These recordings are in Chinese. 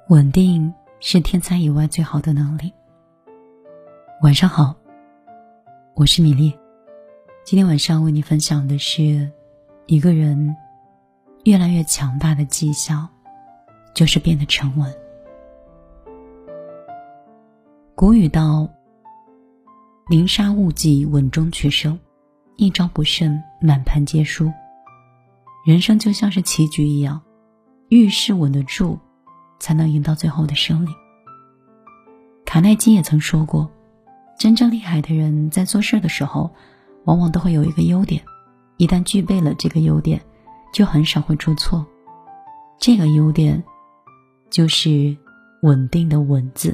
稳定是天才以外最好的能力。晚上好，我是米粒。今天晚上为你分享的是，一个人越来越强大的迹象，就是变得沉稳。古语道：宁杀勿忌，稳中取胜，一招不慎，满盘皆输。人生就像是棋局一样，遇事稳得住，才能赢到最后的胜利。卡耐基也曾说过，真正厉害的人在做事的时候，往往都会有一个优点，一旦具备了这个优点，就很少会出错。这个优点就是稳定的稳字。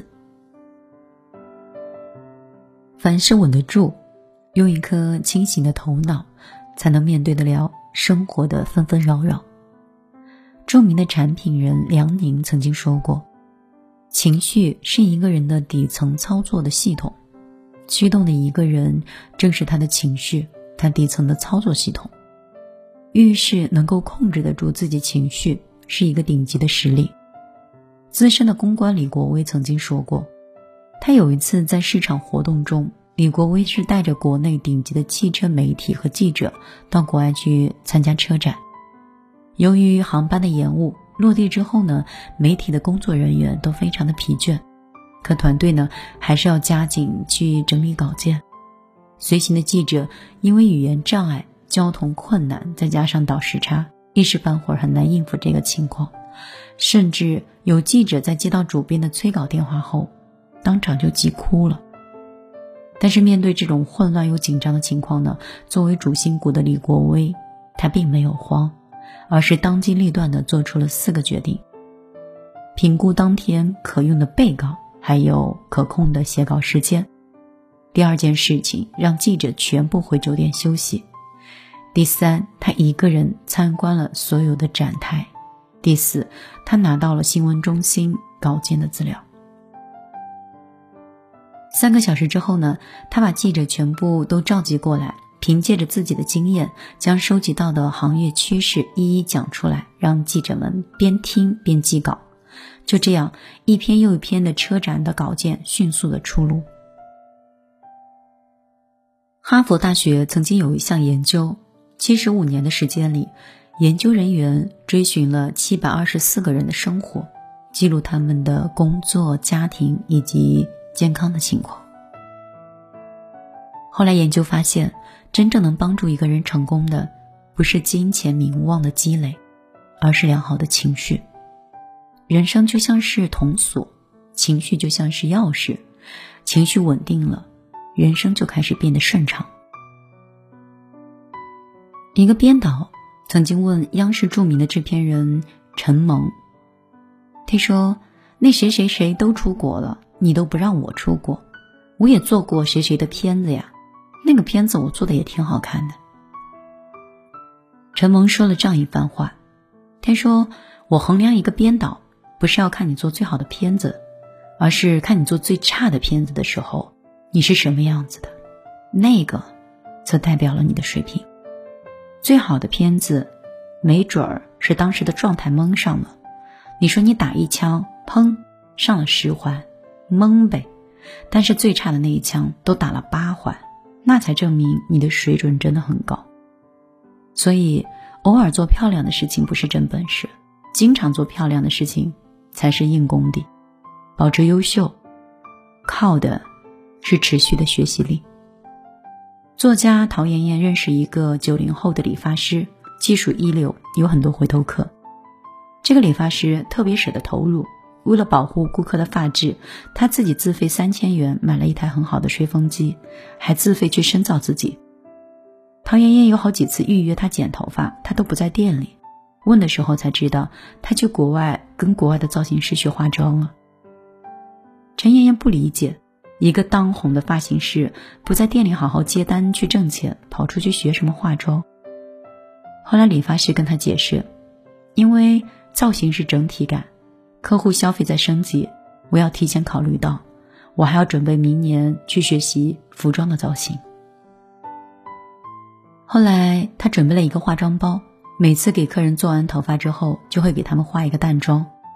凡事稳得住，用一颗清醒的头脑，才能面对得了生活的纷纷扰扰。著名的产品人梁宁曾经说过，情绪是一个人的底层操作的系统，驱动的一个人正是他的情绪，他底层的操作系统。遇事能够控制得住自己情绪，是一个顶级的实力。资深的公关李国威曾经说过，他有一次在市场活动中，李国威是带着国内顶级的汽车媒体和记者到国外去参加车展。由于航班的延误，落地之后呢，媒体的工作人员都非常的疲倦，可团队呢还是要加紧去整理稿件。随行的记者因为语言障碍、交通困难，再加上倒时差，一时半会儿很难应付这个情况，甚至有记者在接到主编的催稿电话后，当场就急哭了。但是面对这种混乱又紧张的情况呢，作为主心骨的李国威，他并没有慌，而是当机立断地做出了4个决定：评估当天可用的备稿，还有可控的写稿时间。第2件事情，让记者全部回酒店休息。第3，他一个人参观了所有的展台。第4，他拿到了新闻中心稿件的资料。3个小时之后呢，他把记者全部都召集过来，凭借着自己的经验，将收集到的行业趋势一一讲出来，让记者们边听边记稿。就这样，一篇又一篇的车展的稿件迅速的出炉。哈佛大学曾经有一项研究，75年的时间里，研究人员追寻了724个人的生活，记录他们的工作、家庭以及健康的情况。后来研究发现，真正能帮助一个人成功的，不是金钱名望的积累，而是良好的情绪。人生就像是铜锁，情绪就像是钥匙，情绪稳定了，人生就开始变得顺畅。一个编导曾经问央视著名的制片人陈蒙，他说，那谁谁谁都出国了，你都不让我出国，我也做过谁谁的片子呀，那个片子我做的也挺好看的。陈蒙说了这样一番话，他说，我衡量一个编导，不是要看你做最好的片子，而是看你做最差的片子的时候，你是什么样子的，那个则代表了你的水平。最好的片子没准儿是当时的状态蒙上了，你说你打一枪，砰，上了10环，蒙呗，但是最差的那一枪都打了8环，那才证明你的水准真的很高。所以偶尔做漂亮的事情不是真本事，经常做漂亮的事情才是硬功底。保持优秀，靠的是持续的学习力。作家陶妍妍认识一个90后的理发师，技术一流，有很多回头客。这个理发师特别舍得投入，为了保护顾客的发质，他自己自费3000元买了一台很好的吹风机，还自费去深造自己。陶妍妍有好几次预约他剪头发，他都不在店里，问的时候才知道他去国外跟国外的造型师学化妆了。陈妍妍不理解，一个当红的发型师不在店里好好接单去挣钱，跑出去学什么化妆。后来理发师跟他解释，因为造型是整体感，客户消费在升级，我要提前考虑到，我还要准备明年去学习服装的造型。后来他准备了一个化妆包，每次给客人做完头发之后，就会给他们化一个淡妆。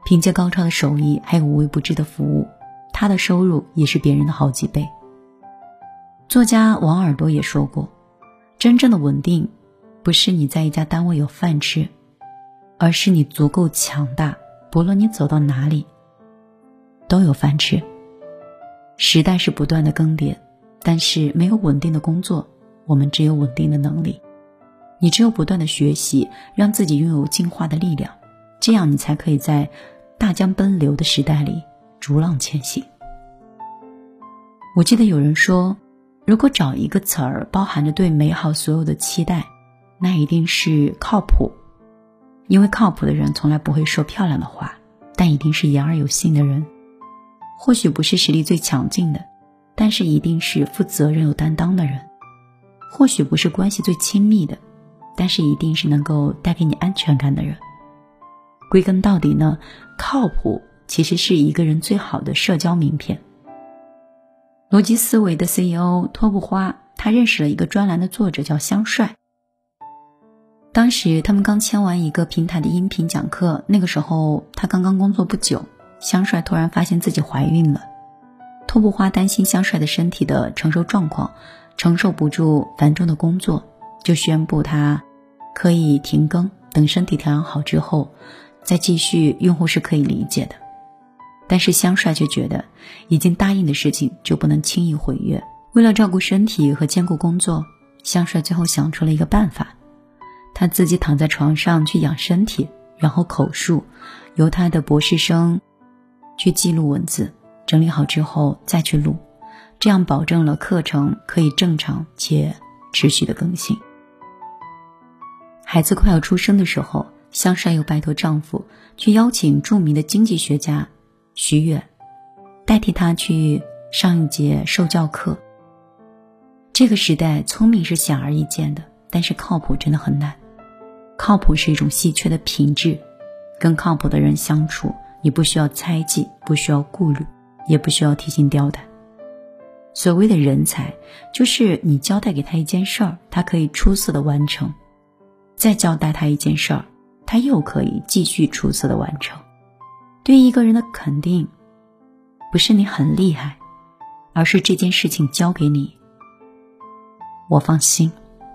凭借高超的手艺还有无微不至的服务，他的收入也是别人的好几倍。作家王尔多也说过，真正的稳定不是你在一家单位有饭吃，而是你足够强大，不论你走到哪里都有饭吃。时代是不断的更迭，但是没有稳定的工作，我们只有稳定的能力。你只有不断的学习，让自己拥有进化的力量，这样你才可以在大江奔流的时代里逐浪前行。我记得有人说，如果找一个词儿包含着对美好所有的期待，那一定是靠谱。因为靠谱的人从来不会说漂亮的话，但一定是言而有信的人。或许不是实力最强劲的，但是一定是负责任有担当的人。或许不是关系最亲密的，但是一定是能够带给你安全感的人。归根到底呢，靠谱其实是一个人最好的社交名片。逻辑思维的 CEO 托布花，他认识了一个专栏的作者叫香帅。当时他们刚签完一个平台的音频讲课，那个时候他刚刚工作不久，香帅突然发现自己怀孕了。托布花担心香帅的身体的承受状况承受不住繁重的工作，就宣布他可以停更，等身体调养好之后再继续，用户是可以理解的。但是香帅却觉得已经答应的事情就不能轻易毁约。为了照顾身体和兼顾工作，香帅最后想出了一个办法，他自己躺在床上去养身体，然后口述，由他的博士生去记录文字，整理好之后再去录，这样保证了课程可以正常且持续的更新。孩子快要出生的时候，香帅又拜托丈夫去邀请著名的经济学家徐远代替他去上一节受教课。这个时代聪明是显而易见的，但是靠谱真的很难。靠谱是一种稀缺的品质，跟靠谱的人相处，你不需要猜忌，不需要顾虑，也不需要提心吊胆。所谓的人才，就是你交代给他一件事儿，他可以出色的完成，再交代他一件事儿，他又可以继续出色的完成。对于一个人的肯定，不是你很厉害，而是这件事情交给你，我放心。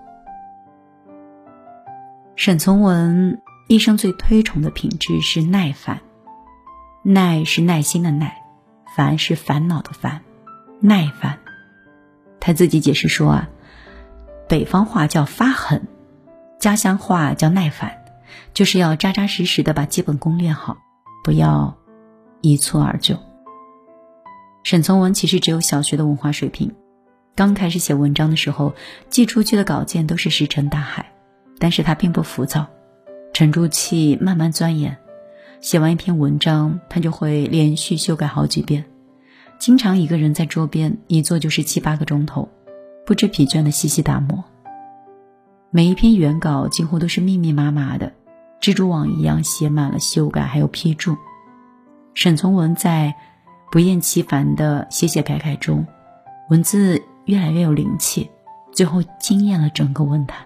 沈从文一生最推崇的品质是耐烦，耐是耐心的耐，烦是烦恼的烦，耐烦。他自己解释说北方话叫发狠，家乡话叫耐烦，就是要扎扎实实的把基本功练好，不要一蹴而就。沈从文其实只有小学的文化水平，刚开始写文章的时候，寄出去的稿件都是石沉大海，但是他并不浮躁，沉住气慢慢钻研，写完一篇文章他就会连续修改好几遍，经常一个人在桌边一坐就是7-8个钟头，不知疲倦的细细打磨。每一篇原稿几乎都是密密麻麻的，蜘蛛网一样写满了修改还有批注。沈从文在不厌其烦的写改改中，文字越来越有灵气，最后惊艳了整个文坛。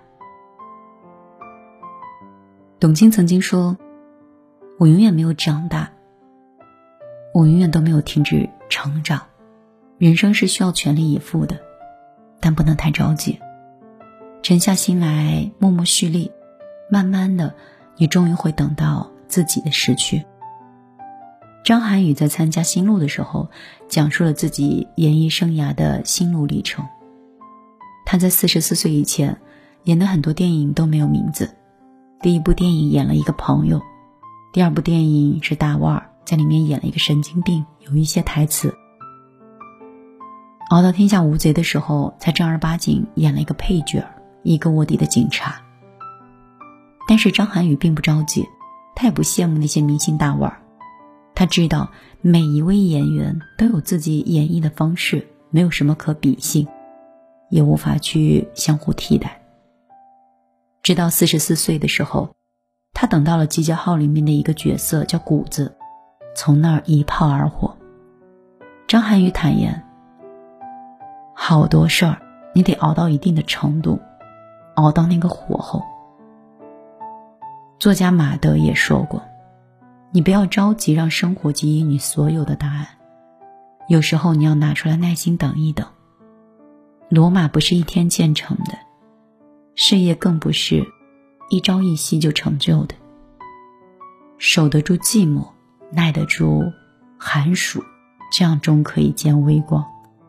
董卿曾经说，我永远没有长大，我永远都没有停止成长。人生是需要全力以赴的，但不能太着急，沉下心来默默蓄力，慢慢的你终于会等到自己的时区。张涵予在参加心路的时候，讲述了自己演艺生涯的心路历程。他在44岁以前演的很多电影都没有名字，第一部电影演了一个朋友，第二部电影是大腕儿，在里面演了一个神经病，有一些台词。熬到天下无贼的时候，才正儿八经演了一个配角，一个卧底的警察。但是张涵予并不着急，他也不羡慕那些明星大腕儿，他知道每一位演员都有自己演绎的方式，没有什么可比性，也无法去相互替代。直到44岁的时候，他等到了《集结号》里面的一个角色叫谷子，从那儿一炮而火。张涵予坦言，好多事儿你得熬到一定的程度，熬到那个火候。作家马德也说过， 你不要着急让生活给予你所有的答案，有时候你要拿出来耐心等一等。罗马不是一天建成的，事业更不是一朝一夕就成就的。守得住寂寞，耐得住寒暑，这样终可以见微光。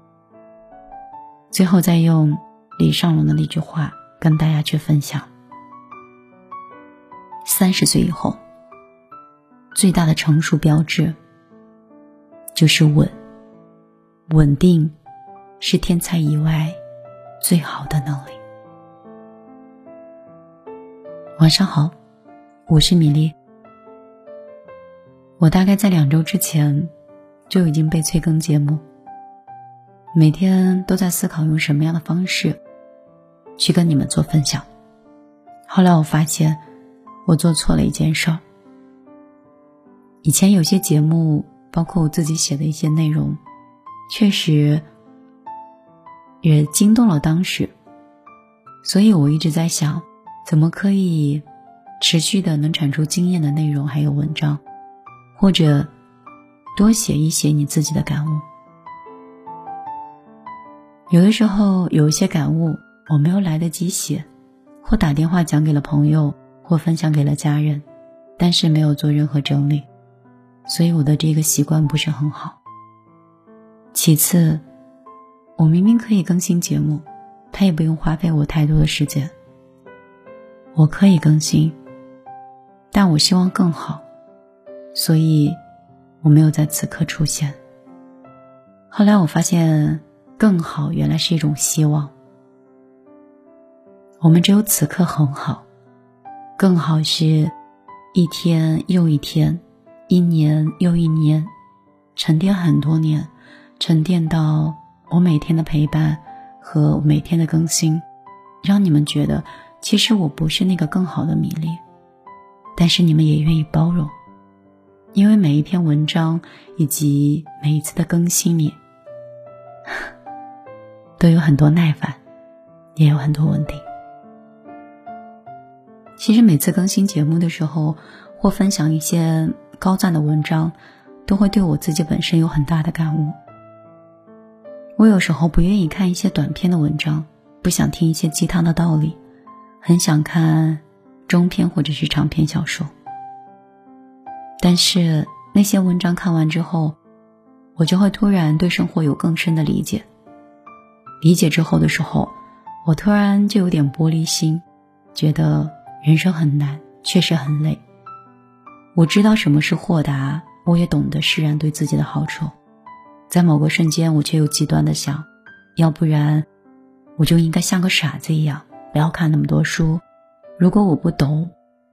最后再用李尚龙的那句话跟大家去分享：30岁以后，最大的成熟标志就是稳定是天才以外最好的能力。晚上好，我是米粒。我大概在2周之前就已经被催更节目，每天都在思考用什么样的方式去跟你们做分享。后来我发现我做错了一件事儿。以前有些节目，包括我自己写的一些内容，确实也惊动了当时，所以我一直在想，怎么可以持续的能产出经验的内容还有文章，或者多写一写你自己的感悟。有的时候有一些感悟我没有来得及写，或打电话讲给了朋友，或分享给了家人，但是没有做任何整理，所以我的这个习惯不是很好。其次，我明明可以更新节目，它也不用花费我太多的时间。我可以更新，但我希望更好，所以我没有在此刻出现。后来我发现更好原来是一种希望。我们只有此刻很好，更好是一天又一天，一年又一年，沉淀很多年，沉淀到我每天的陪伴和每天的更新，让你们觉得其实我不是那个更好的米粒，但是你们也愿意包容。因为每一篇文章以及每一次的更新里都有很多耐烦，也有很多稳定。其实每次更新节目的时候，或分享一些高赞的文章，都会对我自己本身有很大的感悟。我有时候不愿意看一些短篇的文章，不想听一些鸡汤的道理，很想看中篇或者是长篇小说。但是那些文章看完之后，我就会突然对生活有更深的理解。理解之后的时候，我突然就有点玻璃心，觉得人生很难，确实很累。我知道什么是豁达，我也懂得释然对自己的好处。在某个瞬间，我却又极端的想，要不然我就应该像个傻子一样，不要看那么多书。如果我不懂，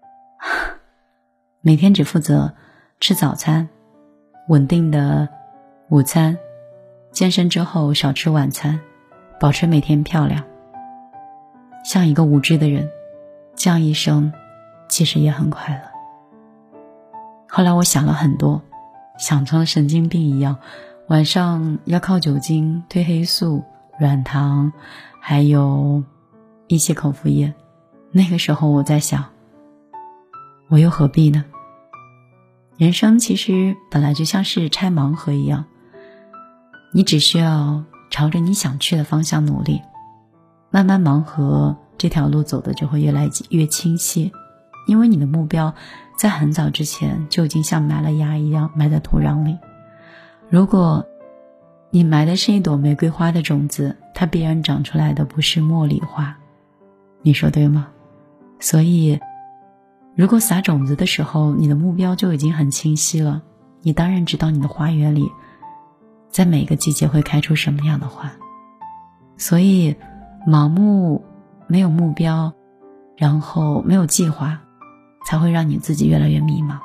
每天只负责吃早餐，稳定的午餐，健身之后少吃晚餐，保持每天漂亮，像一个无知的人，这样一生其实也很快乐。后来我想了很多，想成了神经病一样，晚上要靠酒精、褪黑素、软糖，还有一些口服液。那个时候我在想，我又何必呢？人生其实本来就像是拆盲盒一样，你只需要朝着你想去的方向努力，慢慢盲盒这条路走的就会越来越清晰，因为你的目标在很早之前就已经像埋了芽一样埋在土壤里。如果你埋的是一朵玫瑰花的种子，它必然长出来的不是茉莉花，你说对吗？所以如果撒种子的时候你的目标就已经很清晰了，你当然知道你的花园里在每个季节会开出什么样的花。所以盲目没有目标，然后没有计划，才会让你自己越来越迷茫。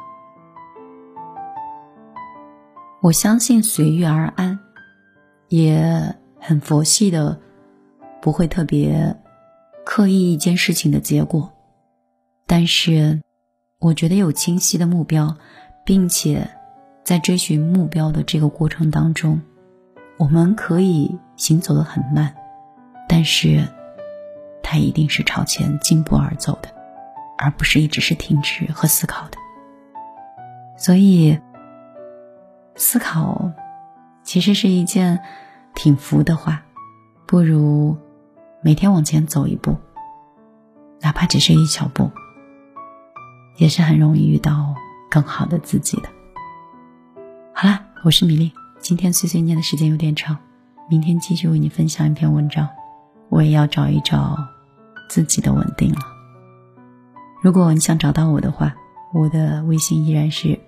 我相信随遇而安，也很佛系的，不会特别刻意一件事情的结果。但是我觉得有清晰的目标，并且在追寻目标的这个过程当中，我们可以行走得很慢，但是它一定是朝前进步而走的，而不是一直是停止和思考的。 所以思考其实是一件挺浮的话，不如每天往前走一步，哪怕只是一小步，也是很容易遇到更好的自己的。好啦，我是米粒，今天碎碎念的时间有点长，明天继续为你分享一篇文章，我也要找一找自己的稳定了。如果你想找到我的话，我的微信依然是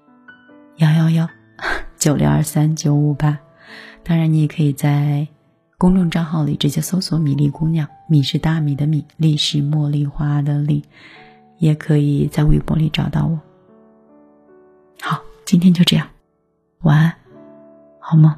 11196239558，当然你也可以在公众账号里直接搜索米粒姑娘，米是大米的米，粒是茉莉花的粒，也可以在微博里找到我。好，今天就这样，晚安，好梦。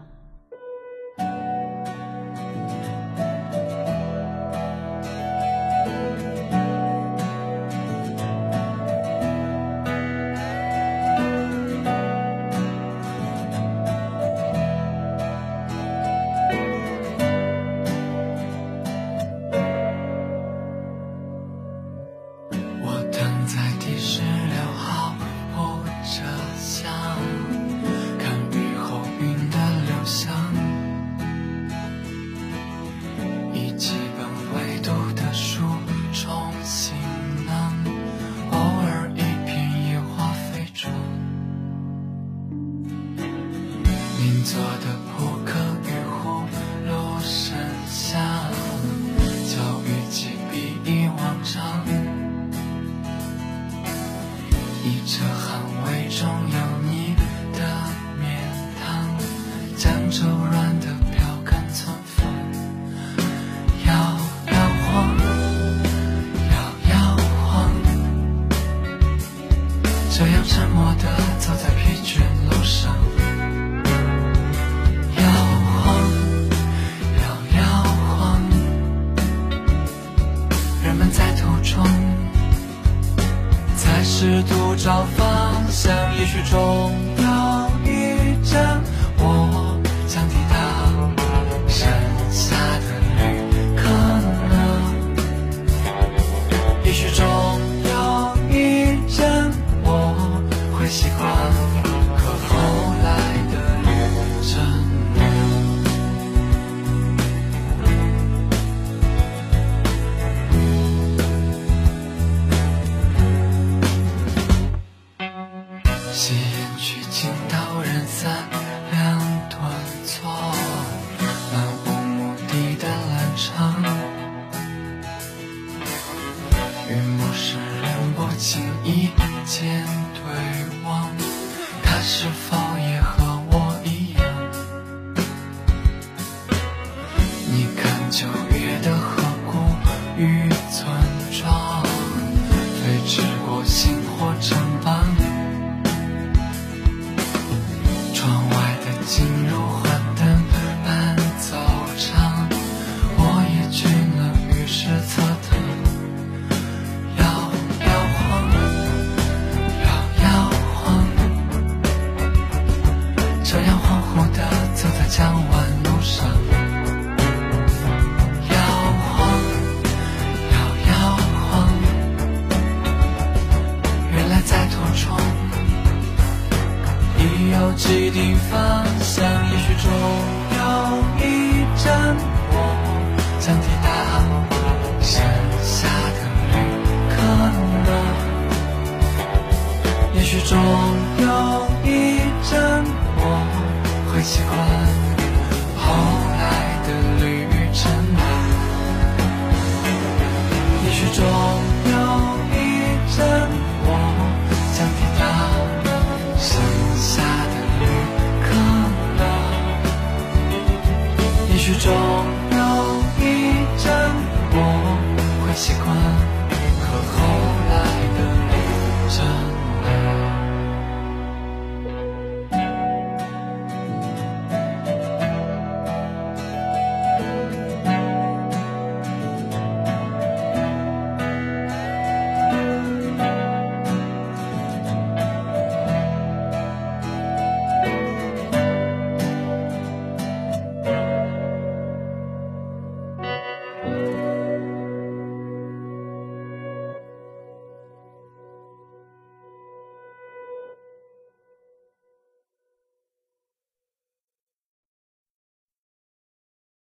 做的扑克与葫芦剩下，教育既比以往长，以这捍卫中有你的面汤，将柔软的标杆存放，摇摇晃，摇摇晃，这样沉默地走在疲倦路上。试图找方向，也许终有一站，我将抵达剩下的旅客呢？也许终有一站，我会习惯和后来的旅程。吸烟区倾倒人散两顿错，漫无目的的烂场，与陌生人不经意间对望，他是否也和我一样？你看9月的河谷与村庄，飞驰过星火城邦，进入幻灯般走场，我也进了浴室侧躺，摇摇晃，摇摇晃，这样恍惚地走在江湾路上，摇晃，摇摇晃，原来在途中已有既定方向，也许终有一站，我将抵达剩下的旅客呢？也许终有一站，我会习惯